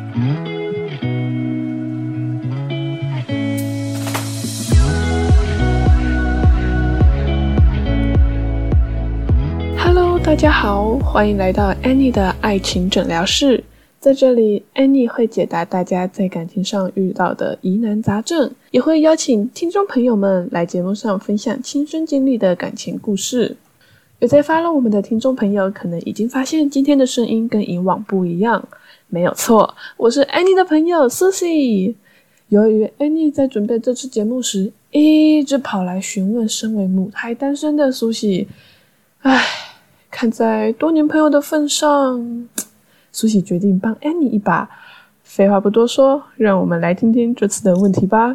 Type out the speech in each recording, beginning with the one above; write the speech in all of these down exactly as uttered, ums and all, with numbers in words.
Hello， 大家好，欢迎来到 Annie 的爱情诊疗室。在这里 Annie 会解答大家在感情上遇到的疑难杂症，也会邀请听众朋友们来节目上分享亲身经历的感情故事。有在follow我们的听众朋友可能已经发现今天的声音跟以往不一样，没有错，我是 Annie 的朋友 Susie。 由于 Annie 在准备这次节目时一直跑来询问身为母胎单身的 Susie， 唉，看在多年朋友的份上，苏喜决定帮 Annie 一把。废话不多说，让我们来听听这次的问题吧。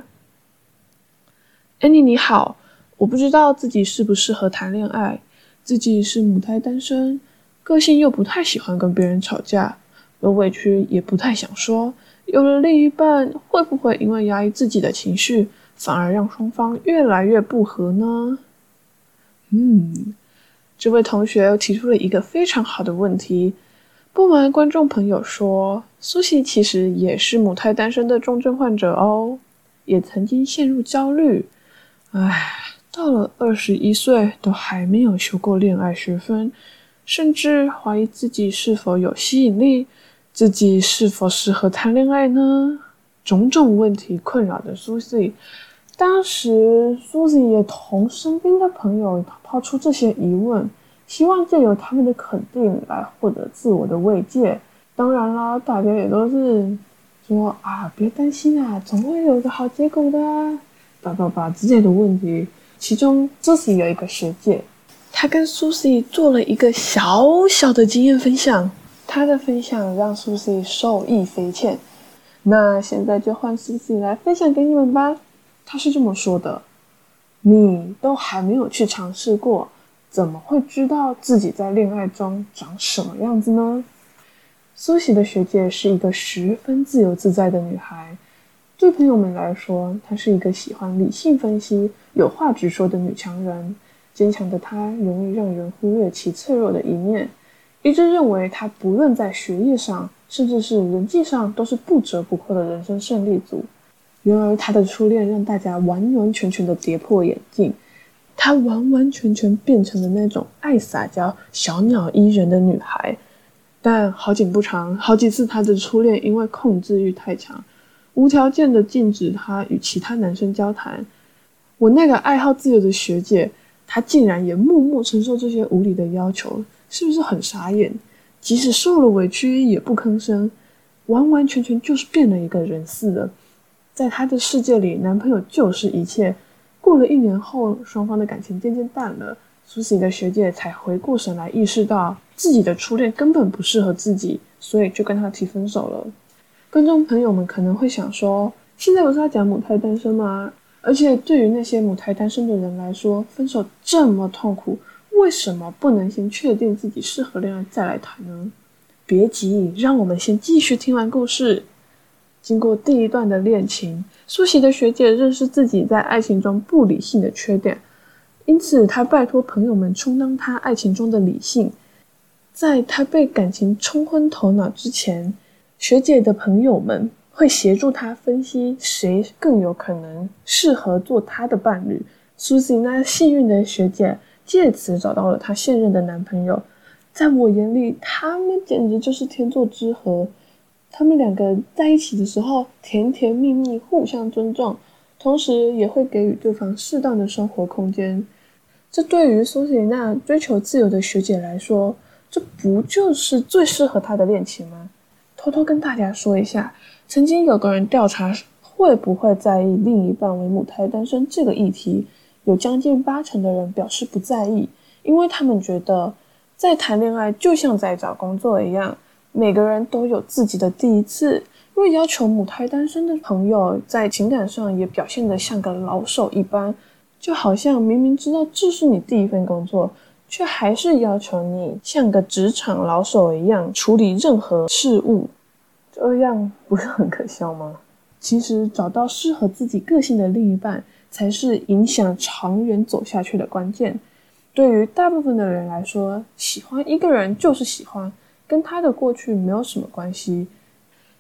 Annie 你好，我不知道自己适不适合谈恋爱，自己是母胎单身，个性又不太喜欢跟别人吵架，有委屈也不太想说，有了另一半会不会因为压抑自己的情绪，反而让双方越来越不合呢？嗯，这位同学提出了一个非常好的问题。不瞒观众朋友说，苏西其实也是母胎单身的重症患者哦，也曾经陷入焦虑。唉，到了二十一岁都还没有修过恋爱学分，甚至怀疑自己是否有吸引力，自己是否适合谈恋爱呢？种种问题困扰着苏西。当时苏西也同身边的朋友抛出这些疑问，希望借由他们的肯定来获得自我的慰藉。当然啦，大家也都是说啊，别担心啊，总会有个好结果的啊，叭叭叭之类的问题。其中 Susie 有一个学姐，她跟 Susie 做了一个小小的经验分享，她的分享让 Susie 受益匪浅。那现在就换 Susie 来分享给你们吧。她是这么说的：你都还没有去尝试过，怎么会知道自己在恋爱中长什么样子呢？苏喜的学姐是一个十分自由自在的女孩，对朋友们来说，她是一个喜欢理性分析、有话直说的女强人。坚强的她容易让人忽略其脆弱的一面，一致认为她不论在学业上，甚至是人际上，都是不折不扣的人生胜利组。然而她的初恋让大家完完全全的跌破眼镜，她完完全全变成了那种爱撒娇、小鸟依人的女孩。但好景不长，好几次她的初恋因为控制欲太强，无条件的禁止她与其他男生交谈。我那个爱好自由的学姐，她竟然也默默承受这些无理的要求，是不是很傻眼？即使受了委屈也不吭声，完完全全就是变了一个人似的。在她的世界里，男朋友就是一切。过了一年后，双方的感情渐渐淡了，苏西的学姐才回过神来，意识到自己的初恋根本不适合自己，所以就跟他提分手了。观众朋友们可能会想说，现在不是要讲母胎单身吗？而且对于那些母胎单身的人来说，分手这么痛苦，为什么不能先确定自己适合恋爱再来谈呢？别急，让我们先继续听完故事。经过第一段的恋情，苏西的学姐认识自己在爱情中不理性的缺点，因此她拜托朋友们充当她爱情中的理性。在她被感情冲昏头脑之前，学姐的朋友们会协助她分析谁更有可能适合做她的伴侣。苏西那幸运的学姐借此找到了她现任的男朋友，在我眼里，他们简直就是天作之合。他们两个在一起的时候甜甜蜜蜜，互相尊重，同时也会给予对方适当的生活空间。这对于苏西那追求自由的学姐来说，这不就是最适合她的恋情吗？偷偷跟大家说一下，曾经有个人调查会不会在意另一半为母胎单身这个议题，有将近八成的人表示不在意，因为他们觉得在谈恋爱就像在找工作一样，每个人都有自己的第一次。若要求母胎单身的朋友在情感上也表现得像个老手一般，就好像明明知道这是你第一份工作，却还是要求你像个职场老手一样处理任何事务，这样不是很可笑吗？其实找到适合自己个性的另一半，才是影响长远走下去的关键。对于大部分的人来说，喜欢一个人就是喜欢，跟他的过去没有什么关系。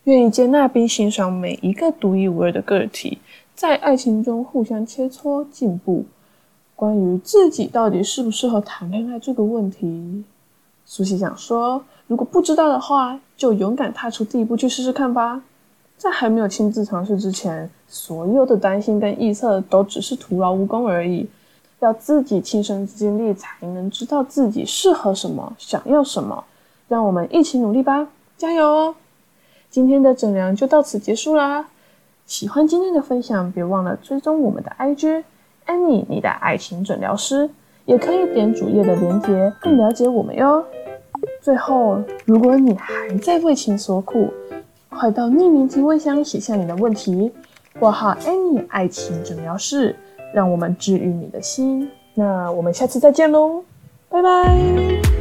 愿意接纳并欣赏每一个独一无二的个体，在爱情中互相切磋进步。关于自己到底适不适合谈恋爱这个问题，苏西想说，如果不知道的话，就勇敢踏出第一步去试试看吧。在还没有亲自尝试之前，所有的担心跟臆测都只是徒劳无功而已。要自己亲身经历才能知道自己适合什么，想要什么。让我们一起努力吧，加油哦！今天的诊疗就到此结束啦。喜欢今天的分享，别忘了追踪我们的 I G Annie 你的爱情诊疗师，也可以点主页的连结更了解我们哟。最后，如果你还在为情所苦，快到匿名提问箱写下你的问题，挂号 Annie 爱情诊疗室，让我们治愈你的心。那我们下次再见咯，拜拜。